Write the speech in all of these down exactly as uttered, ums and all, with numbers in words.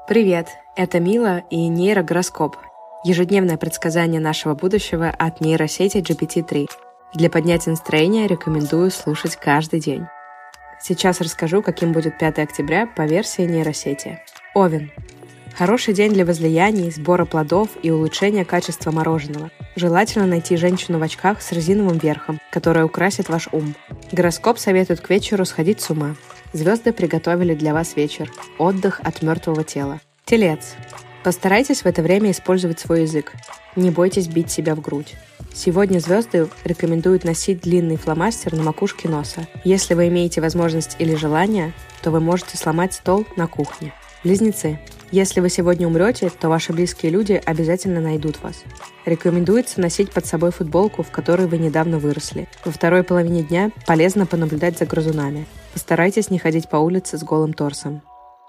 Привет, это Мила и нейрогороскоп. Ежедневное предсказание нашего будущего от нейросети джи пи ти три. Для поднятия настроения рекомендую слушать каждый день. Сейчас расскажу, каким будет пятое октября по версии нейросети. Овен. Хороший день для возлияний, сбора плодов и улучшения качества мороженого. Желательно найти женщину в очках с резиновым верхом, которая украсит ваш ум. Гороскоп советует к вечеру сходить с ума. Звезды приготовили для вас вечер. Отдых от мертвого тела. Телец. Постарайтесь в это время использовать свой язык. Не бойтесь бить себя в грудь. Сегодня звезды рекомендуют носить длинный фломастер на макушке носа. Если вы имеете возможность или желание, то вы можете сломать стол на кухне. Близнецы. Если вы сегодня умрете, то ваши близкие люди обязательно найдут вас. Рекомендуется носить под собой футболку, в которой вы недавно выросли. Во второй половине дня полезно понаблюдать за грызунами. Постарайтесь не ходить по улице с голым торсом.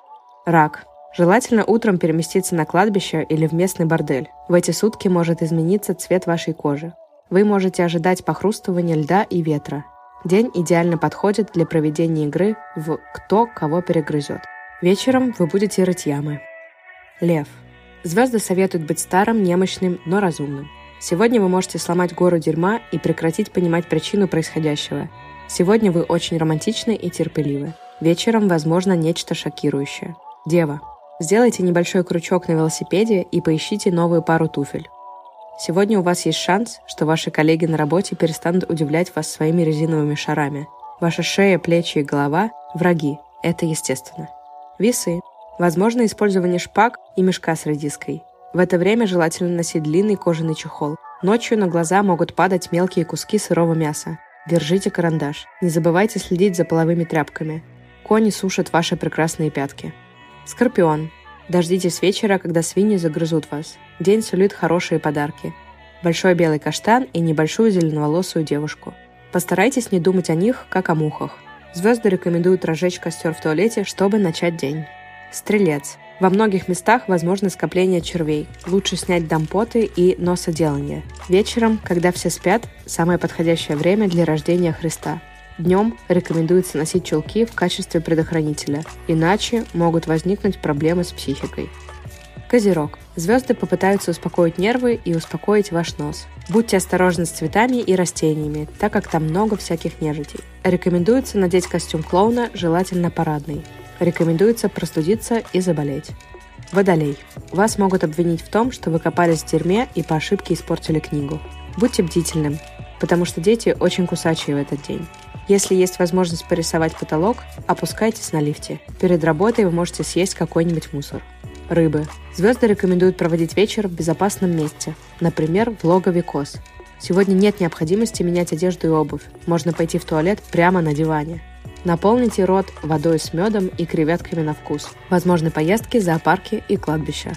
Рак. Желательно утром переместиться на кладбище или в местный бордель. В эти сутки может измениться цвет вашей кожи. Вы можете ожидать похрустывания льда и ветра. День идеально подходит для проведения игры в «Кто кого перегрызет». Вечером вы будете рыть ямы. Лев. Звезды советуют быть старым, немощным, но разумным. Сегодня вы можете сломать гору дерьма и прекратить понимать причину происходящего. Сегодня вы очень романтичны и терпеливы. Вечером, возможно, нечто шокирующее. Дева. Сделайте небольшой крючок на велосипеде и поищите новую пару туфель. Сегодня у вас есть шанс, что ваши коллеги на работе перестанут удивлять вас своими резиновыми шарами. Ваша шея, плечи и голова – враги. Это естественно. Весы. Возможно использование шпаг и мешка с редиской. В это время желательно носить длинный кожаный чехол. Ночью на глаза могут падать мелкие куски сырого мяса. Держите карандаш. Не забывайте следить за половыми тряпками. Кони сушат ваши прекрасные пятки. Скорпион. Дождитесь вечера, когда свиньи загрызут вас. День сулит хорошие подарки. Большой белый каштан и небольшую зеленоволосую девушку. Постарайтесь не думать о них, как о мухах. Звезды рекомендуют разжечь костер в туалете, чтобы начать день. Стрелец. Во многих местах возможно скопление червей. Лучше снять дампоты и носоделание. Вечером, когда все спят, самое подходящее время для рождения Христа. Днем рекомендуется носить чулки в качестве предохранителя, иначе могут возникнуть проблемы с психикой. Козерог. Звезды попытаются успокоить нервы и успокоить ваш нос. Будьте осторожны с цветами и растениями, так как там много всяких нежитей. Рекомендуется надеть костюм клоуна, желательно парадный. Рекомендуется простудиться и заболеть. Водолей. Вас могут обвинить в том, что вы копались в дерьме и по ошибке испортили книгу. Будьте бдительным, потому что дети очень кусачие в этот день. Если есть возможность порисовать потолок, опускайтесь на лифте. Перед работой вы можете съесть какой-нибудь мусор. Рыбы. Звезды рекомендуют проводить вечер в безопасном месте, например, в логове коз. Сегодня нет необходимости менять одежду и обувь. Можно пойти в туалет прямо на диване. Наполните рот водой с медом и креветками на вкус. Возможны поездки, зоопарки и кладбища.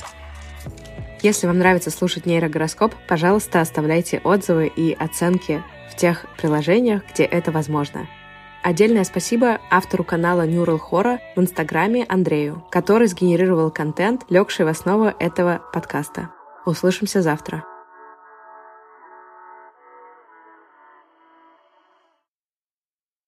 Если вам нравится слушать нейрогороскоп, пожалуйста, оставляйте отзывы и оценки в тех приложениях, где это возможно. Отдельное спасибо автору канала Neural Horror в Инстаграме Андрею, который сгенерировал контент, легший в основу этого подкаста. Услышимся завтра.